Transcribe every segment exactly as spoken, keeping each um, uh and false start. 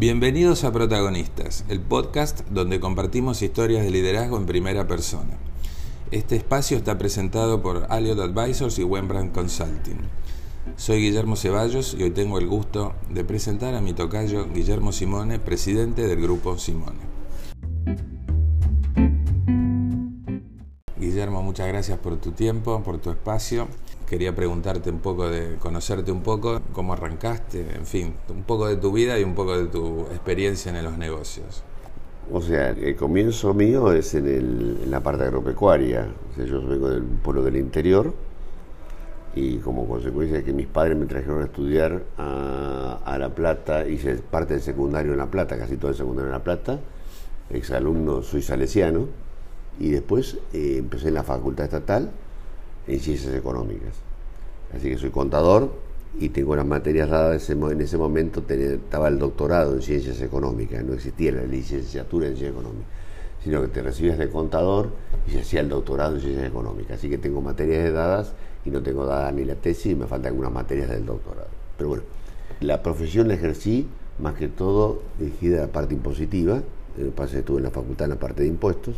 Bienvenidos a Protagonistas, el podcast donde compartimos historias de liderazgo en primera persona. Este espacio está presentado por Alliot Advisors y Wembrandt Consulting. Soy Guillermo Ceballos y hoy tengo el gusto de presentar a mi tocayo Guillermo Simone, presidente del Grupo Simone. Guillermo, muchas gracias por tu tiempo, por tu espacio. Quería preguntarte un poco, de conocerte un poco, cómo arrancaste, en fin, un poco de tu vida y un poco de tu experiencia en los negocios. O sea, el comienzo mío es en, el, en la parte agropecuaria. O sea, yo vengo del pueblo del interior y como consecuencia de que mis padres me trajeron a estudiar a, a La Plata, hice parte del secundario en La Plata, casi todo el secundario en La Plata, exalumno, soy salesiano, y después eh, empecé en la Facultad Estatal en Ciencias Económicas. Así que soy contador y tengo las materias dadas. En ese momento tenía, estaba el doctorado en Ciencias Económicas, no existía la licenciatura en Ciencias Económicas, sino que te recibías de contador y se hacía el doctorado en Ciencias Económicas. Así que tengo materias dadas y no tengo dada ni la tesis y me faltan algunas materias del doctorado. Pero bueno, la profesión la ejercí más que todo dirigida a la parte impositiva. Pasé, estuve en la facultad en la parte de impuestos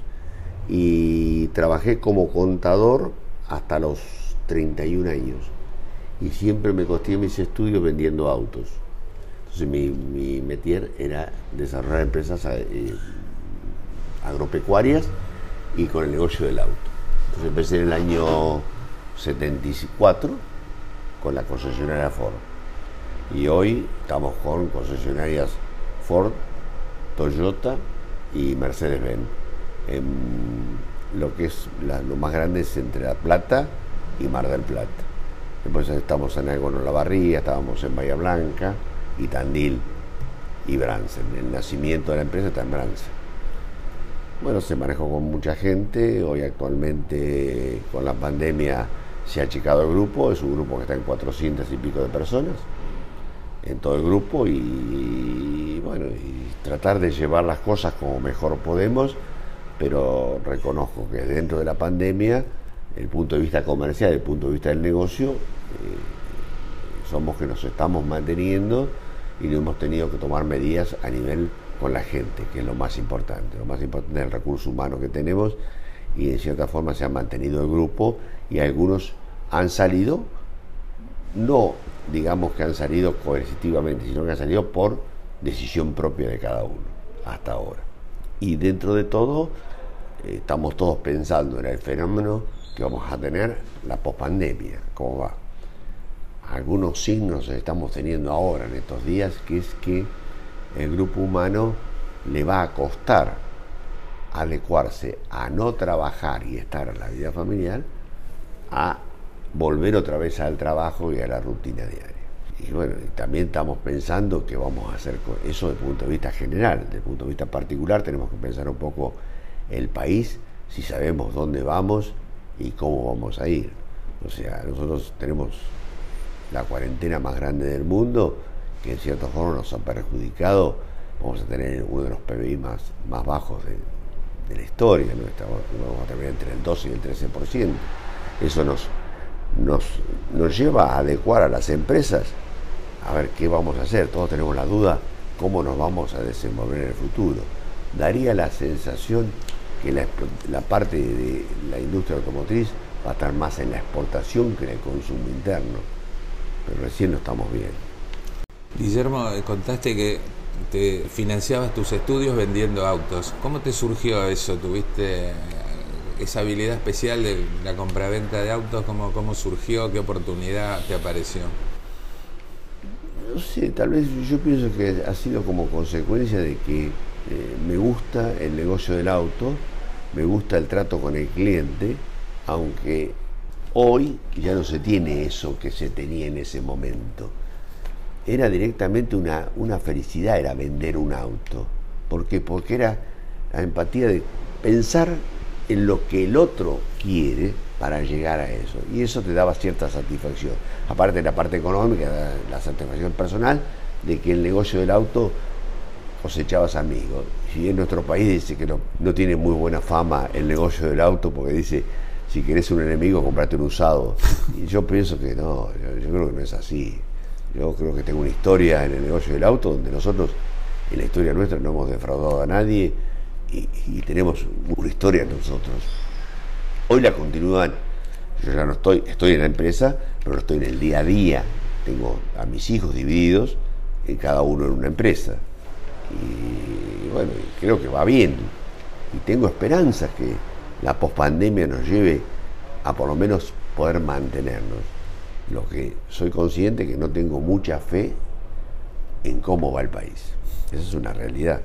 y trabajé como contador hasta los treinta y un años y siempre me costeé mis estudios vendiendo autos. Entonces mi, mi métier era desarrollar empresas eh, agropecuarias y con el negocio del auto. Entonces empecé en el año setenta y cuatro con la concesionaria Ford y hoy estamos con concesionarias Ford, Toyota y Mercedes-Benz. En lo que es la, lo más grande es entre La Plata y Mar del Plata. Después estamos en Algodón Olavarría, estábamos en Bahía Blanca y Tandil y Bransen. El nacimiento de la empresa está en Bransen. Bueno, se manejó con mucha gente. Hoy actualmente con la pandemia se ha achicado el grupo. Es un grupo que está en cuatrocientas y pico de personas en todo el grupo y, y bueno, y tratar de llevar las cosas como mejor podemos. Pero reconozco que dentro de la pandemia, el punto de vista comercial, el punto de vista del negocio, eh, somos que nos estamos manteniendo y no hemos tenido que tomar medidas a nivel con la gente, que es lo más importante. Lo más importante es el recurso humano que tenemos y en cierta forma se ha mantenido el grupo y algunos han salido, no digamos que han salido coercitivamente, sino que han salido por decisión propia de cada uno, hasta ahora. Y dentro de todo, eh, estamos todos pensando en el fenómeno que vamos a tener la pospandemia, cómo va. Algunos signos estamos teniendo ahora en estos días, que es que el grupo humano le va a costar adecuarse a no trabajar y estar en la vida familiar, a volver otra vez al trabajo y a la rutina diaria. Y bueno, también estamos pensando qué vamos a hacer con eso desde el punto de vista general. Desde el punto de vista particular tenemos que pensar un poco el país, si sabemos dónde vamos y cómo vamos a ir. O sea, nosotros tenemos la cuarentena más grande del mundo, que en cierta forma nos ha perjudicado. Vamos a tener uno de los P B I más, más bajos de, de la historia, ¿no? Estamos, vamos a terminar entre el doce y el trece por ciento. Eso nos, nos, nos lleva a adecuar a las empresas a ver qué vamos a hacer. Todos tenemos la duda cómo nos vamos a desenvolver en el futuro. Daría la sensación que la, la parte de la industria automotriz va a estar más en la exportación que en el consumo interno, pero recién lo estamos viendo. Guillermo, contaste que te financiabas tus estudios vendiendo autos. ¿Cómo te surgió eso? ¿Tuviste esa habilidad especial de la compraventa de autos? ¿Cómo, cómo surgió? ¿Qué oportunidad te apareció? No sé, tal vez yo pienso que ha sido como consecuencia de que eh, me gusta el negocio del auto, me gusta el trato con el cliente, aunque hoy ya no se tiene eso que se tenía en ese momento. Era directamente una, una felicidad, era vender un auto. ¿Por qué? Porque era la empatía de pensar en lo que el otro quiere para llegar a eso, y eso te daba cierta satisfacción, aparte de la parte económica, la satisfacción personal de que el negocio del auto cosechabas amigos. Si en nuestro país dice que no, no tiene muy buena fama el negocio del auto, porque dice, si querés un enemigo, comprate un usado, y yo pienso que no, yo, yo creo que no es así. Yo creo que tengo una historia en el negocio del auto donde nosotros en la historia nuestra no hemos defraudado a nadie y, y tenemos una historia nosotros. Hoy la continúan, yo ya no estoy, estoy en la empresa, pero no estoy en el día a día. Tengo a mis hijos divididos, en cada uno en una empresa. Y, y bueno, creo que va bien. Y tengo esperanzas que la pospandemia nos lleve a por lo menos poder mantenernos. Lo que soy consciente que no tengo mucha fe en cómo va el país. Esa es una realidad.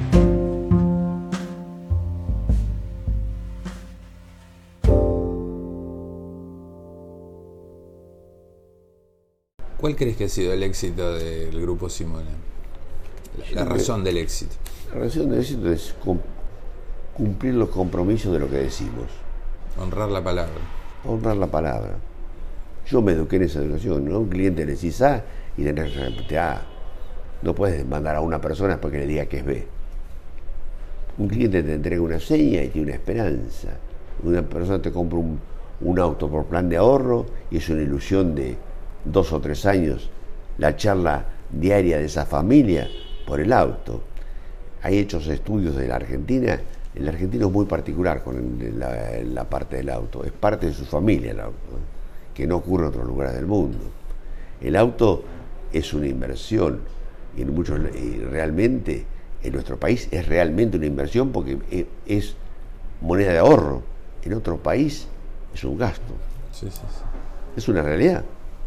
¿Cuál crees que ha sido el éxito del Grupo Simone? La, la razón del éxito. La razón del éxito es cumplir los compromisos de lo que decimos. Honrar la palabra. Honrar la palabra. Yo me eduqué en esa educación, ¿no? A un cliente le decís A y tenés que repetir A. No puedes mandar a una persona porque le diga que es B. Un cliente te entrega una seña y tiene una esperanza. Una persona te compra un, un auto por plan de ahorro y es una ilusión de dos o tres años la charla diaria de esa familia por el auto. Hay hechos estudios de la Argentina. El argentino es muy particular con la, la parte del auto. Es parte de su familia el auto, ¿eh? Que no ocurre en otros lugares del mundo. El auto es una inversión y, en muchos, y realmente en nuestro país es realmente una inversión porque es, es moneda de ahorro. En otro país es un gasto. Sí, sí, sí. Es una realidad.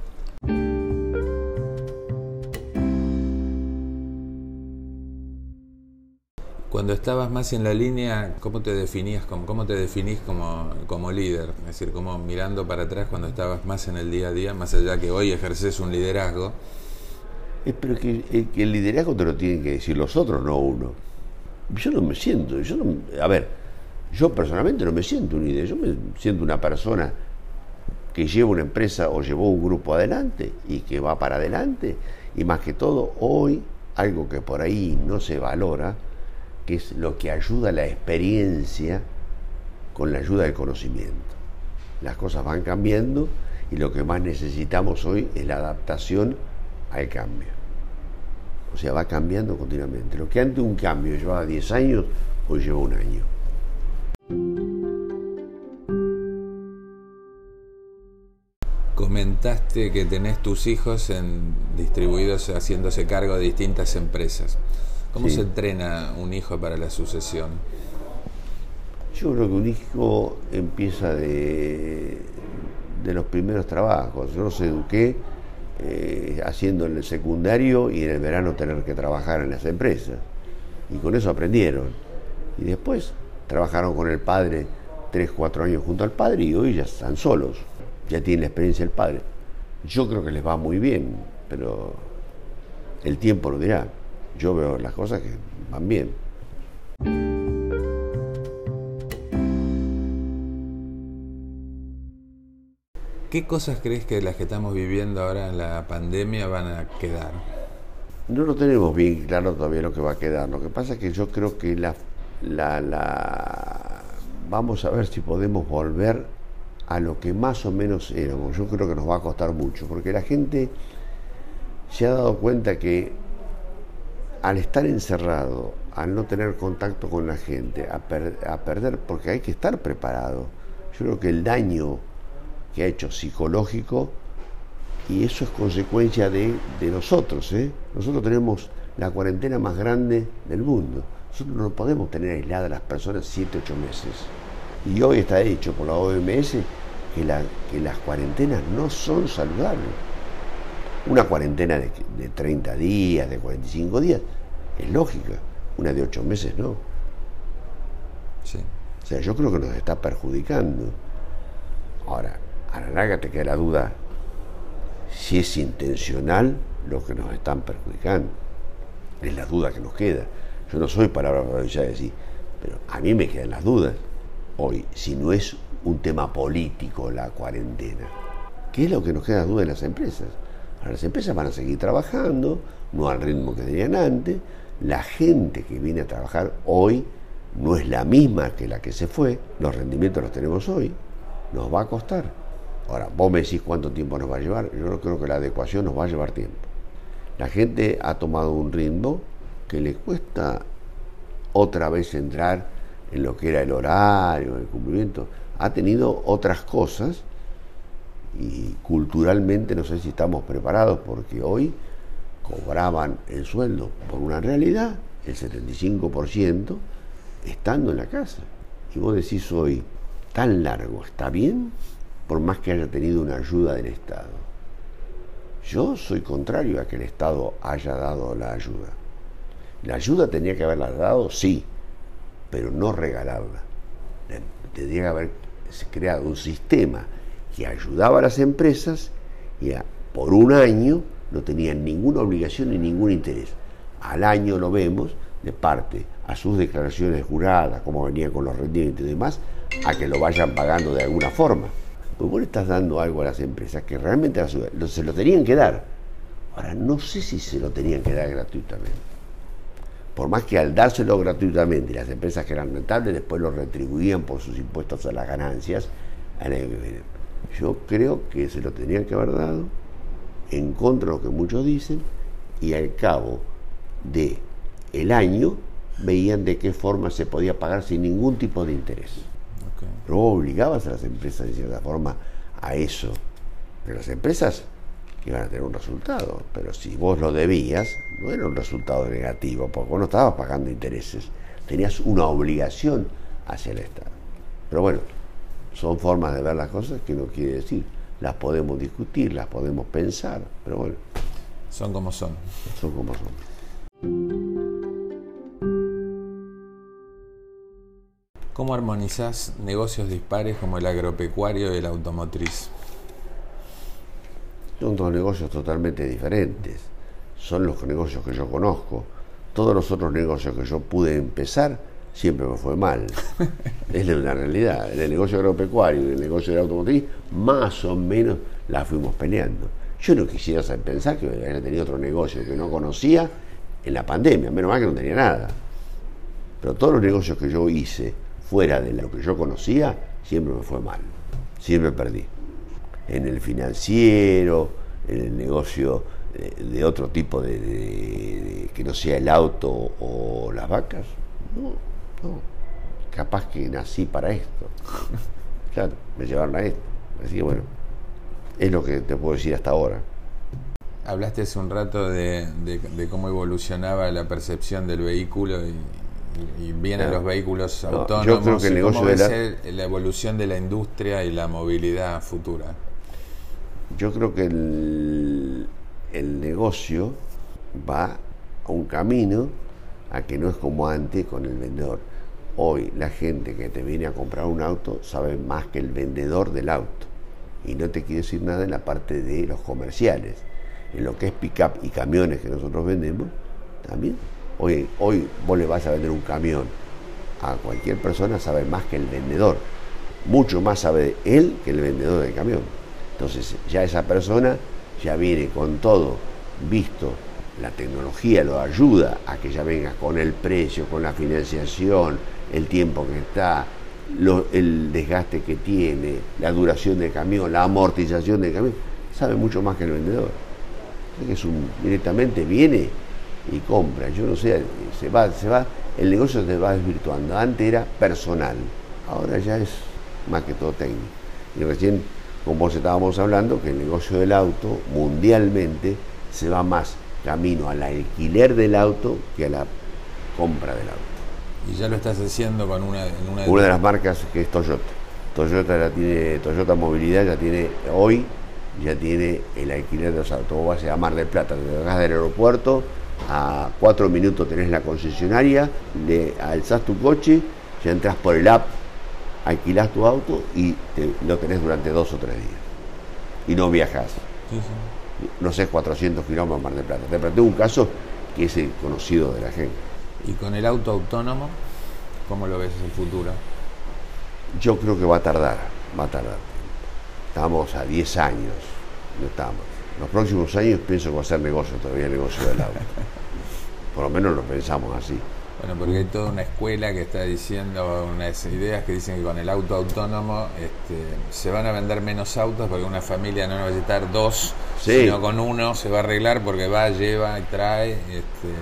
Cuando estabas más en la línea, ¿cómo te definías como, cómo te definís como, como líder? Es decir, como mirando para atrás cuando estabas más en el día a día, más allá que hoy ejerces un liderazgo. Es pero que, que el liderazgo te lo tienen que decir los otros, no uno. Yo no me siento, yo no, a ver, yo personalmente no me siento un líder, yo me siento una persona que lleva una empresa o llevó un grupo adelante y que va para adelante. Y más que todo, hoy, algo que por ahí no se valora, que es lo que ayuda a la experiencia con la ayuda del conocimiento. Las cosas van cambiando y lo que más necesitamos hoy es la adaptación al cambio. O sea, va cambiando continuamente. Lo que antes un cambio llevaba diez años, hoy lleva un año. Comentaste que tenés tus hijos en, distribuidos haciéndose cargo de distintas empresas. ¿Cómo sí. se entrena un hijo para la sucesión? Yo creo que un hijo empieza de, de los primeros trabajos. Yo los eduqué eh, haciendo en el secundario y en el verano tener que trabajar en las empresas. Y con eso aprendieron. Y después trabajaron con el padre tres, cuatro años junto al padre y hoy ya están solos. Ya tienen la experiencia del padre. Yo creo que les va muy bien, pero el tiempo lo dirá. Yo veo las cosas que van bien. ¿Qué cosas crees que las que estamos viviendo ahora en la pandemia van a quedar? No lo tenemos bien claro todavía lo que va a quedar. Lo que pasa es que yo creo que la, la, la... vamos a ver si podemos volver a lo que más o menos éramos. Yo creo que nos va a costar mucho, porque la gente se ha dado cuenta que al estar encerrado, al no tener contacto con la gente, a, per, a perder, porque hay que estar preparado. Yo creo que el daño que ha hecho psicológico, y eso es consecuencia de, de nosotros, ¿eh? Nosotros tenemos la cuarentena más grande del mundo. Nosotros no podemos tener aisladas a las personas siete, ocho meses. Y hoy está hecho por la O M S que, la, que las cuarentenas no son saludables. Una cuarentena de, de treinta días, de cuarenta y cinco días, es lógica. Una de ocho meses no. Sí. O sea, yo creo que nos está perjudicando. Ahora, a la larga te queda la duda si es intencional lo que nos están perjudicando. Es la duda que nos queda. Yo no soy palabra para decir, pero a mí me quedan las dudas. Hoy, si no es un tema político la cuarentena, ¿qué es lo que nos queda duda en las empresas? Ahora, las empresas van a seguir trabajando, no al ritmo que tenían antes. La gente que viene a trabajar hoy no es la misma que la que se fue. Los rendimientos los tenemos hoy. Nos va a costar. Ahora, vos me decís cuánto tiempo nos va a llevar. Yo no creo que la adecuación nos va a llevar tiempo. La gente ha tomado un ritmo que le cuesta otra vez entrar en lo que era el horario, el cumplimiento. Ha tenido otras cosas y culturalmente no sé si estamos preparados, porque hoy cobraban el sueldo por una realidad, el setenta y cinco por ciento estando en la casa. Y vos decís hoy, tan largo, ¿está bien? Por más que haya tenido una ayuda del Estado. Yo soy contrario a que el Estado haya dado la ayuda. La ayuda tenía que haberla dado, sí, pero no regalarla. Tendría que haber creado un sistema que ayudaba a las empresas y a, por un año no tenían ninguna obligación ni ningún interés. Al año lo vemos, de parte a sus declaraciones juradas, cómo venía con los rendimientos y demás, a que lo vayan pagando de alguna forma. Pues vos le estás dando algo a las empresas que realmente se lo tenían que dar. Ahora, no sé si se lo tenían que dar gratuitamente. Por más que al dárselo gratuitamente, las empresas que eran rentables después lo retribuían por sus impuestos a las ganancias al año que viene. Yo creo que se lo tenían que haber dado, en contra de lo que muchos dicen, y al cabo de el año veían de qué forma se podía pagar sin ningún tipo de interés. Okay. Pero vos obligabas a las empresas de cierta forma a eso. Pero las empresas iban a tener un resultado, pero si vos lo debías, no era un resultado negativo, porque vos no estabas pagando intereses, tenías una obligación hacia el Estado. Pero bueno, son formas de ver las cosas que no quiere decir, las podemos discutir, las podemos pensar, pero bueno. Son como son. Son como son. ¿Cómo armonizás negocios dispares como el agropecuario y el automotriz? Son dos negocios totalmente diferentes. Son los negocios que yo conozco. Todos los otros negocios que yo pude empezar, siempre me fue mal. Es una realidad. En el negocio agropecuario y en el negocio de la automotriz, más o menos la fuimos peleando. Yo no quisiera pensar que hubiera tenido otro negocio que no conocía en la pandemia, menos mal que no tenía nada. Pero todos los negocios que yo hice fuera de lo que yo conocía, siempre me fue mal. Siempre perdí. En el financiero, en el negocio de, de otro tipo de, de, de que no sea el auto o las vacas, no, no. Capaz que nací para esto. Claro, me llevaron a esto. Así que bueno, es lo que te puedo decir hasta ahora. Hablaste hace un rato de, de, de cómo evolucionaba la percepción del vehículo y, y vienen no, los vehículos no, autónomos. Yo creo que el negocio ¿Cómo de la... ser la evolución de la industria y la movilidad futura? Yo creo que el, el negocio va a un camino a que no es como antes con el vendedor. Hoy la gente que te viene a comprar un auto sabe más que el vendedor del auto. Y no te quiero decir nada en la parte de los comerciales. En lo que es pick-up y camiones que nosotros vendemos, también. Hoy, hoy vos le vas a vender un camión a cualquier persona, sabe más que el vendedor. Mucho más sabe él que el vendedor del camión. Entonces ya esa persona ya viene con todo visto, la tecnología lo ayuda a que ya venga con el precio, con la financiación, el tiempo que está, lo, el desgaste que tiene, la duración del camión, la amortización del camión, sabe mucho más que el vendedor. Que es un, directamente viene y compra. Yo no sé, se va, se va, el negocio se va desvirtuando. Antes era personal, ahora ya es más que todo técnico. Y recién, como vos estábamos hablando, que el negocio del auto mundialmente se va más camino al alquiler del auto que a la compra del auto. Y ya lo estás haciendo con una... En una, una de las marcas que es Toyota. Toyota la tiene, Toyota Movilidad ya tiene hoy, ya tiene el alquiler de los autos. Vos vas a Mar del Plata, te vas del aeropuerto, a cuatro minutos tenés la concesionaria, le alzás tu coche, ya entras por el app, alquilás tu auto y te, lo tenés durante dos o tres días. Y no viajás. Sí, sí. No sé, cuatrocientos kilómetros a Mar del Plata. Te planteé un caso que es el conocido de la gente. ¿Y con el auto autónomo, cómo lo ves en el futuro? Yo creo que va a tardar, va a tardar. Estamos a diez años, no estamos. Los próximos años pienso que va a ser negocio todavía, el negocio del auto. Por lo menos lo pensamos así. Bueno, porque hay toda una escuela que está diciendo, unas ideas que dicen que con el auto autónomo este, se van a vender menos autos porque una familia no va a necesitar dos, sí, sino con uno se va a arreglar porque va, lleva y trae este, y lo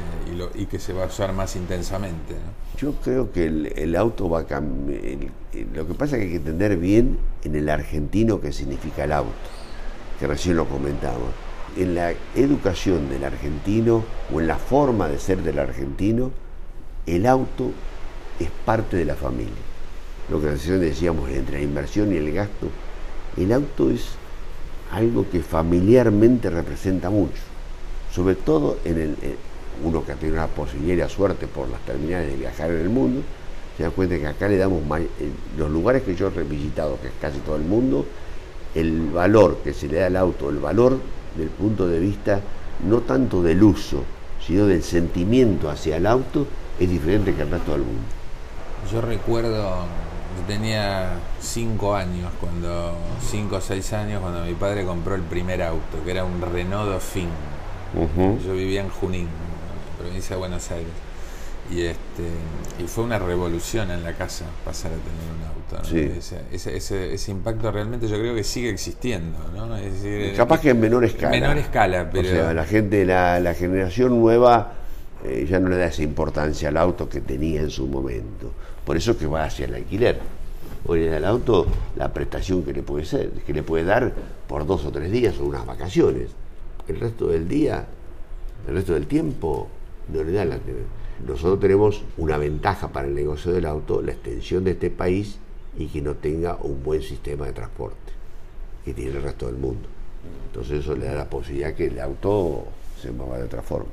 lo, y que se va a usar más intensamente, ¿no? Yo creo que el, el auto va a cambiar. Lo que pasa es que hay que entender bien en el argentino qué significa el auto, que recién lo comentamos. En la educación del argentino o en la forma de ser del argentino, el auto es parte de la familia. Lo que recién decíamos entre la inversión y el gasto, el auto es algo que familiarmente representa mucho, sobre todo en el, uno que ha tenido la posibilidad y la suerte por las terminales de viajar en el mundo, se da cuenta que acá le damos más, en los lugares que yo he visitado, que es casi todo el mundo, el valor que se le da al auto, el valor del punto de vista no tanto del uso, sino del sentimiento hacia el auto, es diferente que el resto del mundo. Yo recuerdo, yo tenía cinco años, cuando cinco o seis años, cuando mi padre compró el primer auto, que era un Renault Dauphine. Uh-huh. Yo vivía en Junín, provincia de Buenos Aires. Y este y fue una revolución en la casa pasar a tener un auto, ¿no? Sí. ese, ese, ese, ese impacto realmente yo creo que sigue existiendo, ¿no? Es decir, capaz que en menor escala. En menor escala, pero... O sea, la gente, la, la generación nueva eh, ya no le da esa importancia al auto que tenía en su momento. Por eso que va hacia el alquiler. Hoy en el auto, la prestación que le puede ser, que le puede dar por dos o tres días o unas vacaciones. El resto del día, el resto del tiempo, no le da la... Nosotros tenemos una ventaja para el negocio del auto, la extensión de este país y que no tenga un buen sistema de transporte que tiene el resto del mundo. Entonces eso le da la posibilidad que el auto se mueva de otra forma.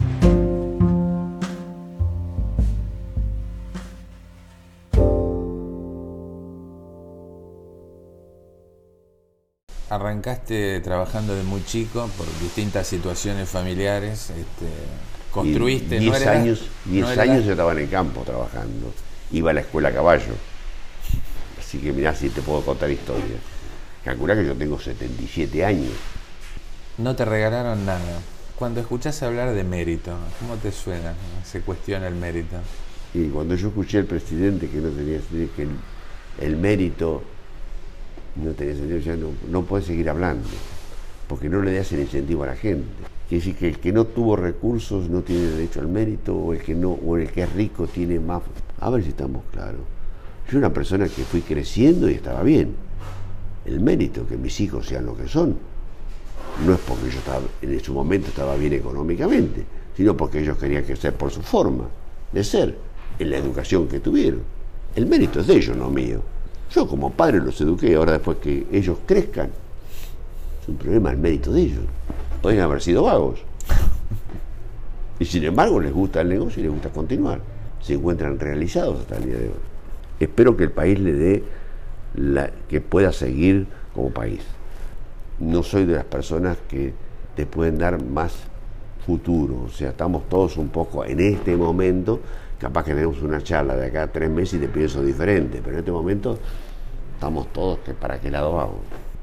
Arrancaste trabajando de muy chico por distintas situaciones familiares, este, construiste... diez ¿no era, años, diez no era... años yo estaba en el campo trabajando, iba a la escuela a caballo, así que mirá si te puedo contar historias. Calculá que yo tengo setenta y siete años. No te regalaron nada. Cuando escuchás hablar de mérito, ¿cómo te suena? Se cuestiona el mérito. Y cuando yo escuché al presidente que no tenía sentido, que el, el mérito no tenía sentido, ya no, no puede seguir hablando, porque no le das el incentivo a la gente. Quiere decir que el que no tuvo recursos no tiene derecho al mérito, o el que no, o el que es rico tiene más. A ver si estamos claros. Yo era una persona que fui creciendo y estaba bien. El mérito, que mis hijos sean lo que son, no es porque yo estaba, en su momento estaba bien económicamente, sino porque ellos querían crecer por su forma de ser, en la educación que tuvieron. El mérito es de ellos, no mío. Yo como padre los eduqué, ahora después que ellos crezcan, es un problema el mérito de ellos. Podrían haber sido vagos. Y sin embargo les gusta el negocio y les gusta continuar. Se encuentran realizados hasta el día de hoy. Espero que el país le dé, la, que pueda seguir como país. No soy de las personas que te pueden dar más futuro. O sea, estamos todos un poco en este momento. Capaz que tenemos una charla de acá a tres meses y te pienso diferente, pero en este momento estamos todos que para qué lado vamos.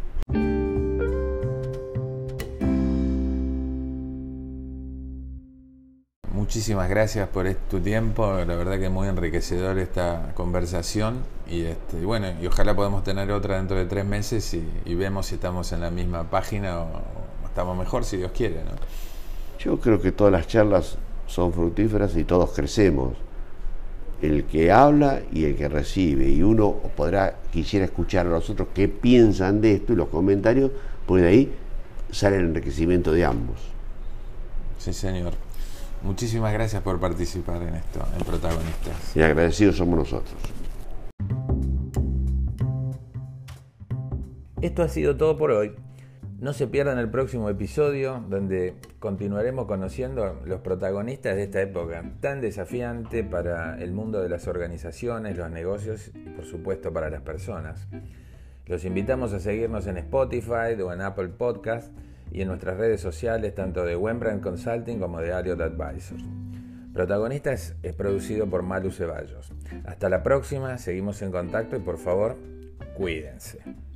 Muchísimas gracias por tu tiempo, la verdad que es muy enriquecedor esta conversación y, este, y bueno, y ojalá podamos tener otra dentro de tres meses y, y vemos si estamos en la misma página o, o estamos mejor, si Dios quiere, ¿no? Yo creo que todas las charlas son fructíferas y todos crecemos. El que habla y el que recibe, y uno podrá, quisiera escuchar a los otros qué piensan de esto y los comentarios, pues de ahí sale el enriquecimiento de ambos. Sí, señor. Muchísimas gracias por participar en esto, en Protagonistas. Y agradecidos somos nosotros. Esto ha sido todo por hoy. No se pierdan el próximo episodio donde continuaremos conociendo los protagonistas de esta época tan desafiante para el mundo de las organizaciones, los negocios y por supuesto para las personas. Los invitamos a seguirnos en Spotify o en Apple Podcast y en nuestras redes sociales tanto de Wembrandt Consulting como de Aliot Advisors. Protagonistas es producido por Malu Ceballos. Hasta la próxima, seguimos en contacto y por favor, cuídense.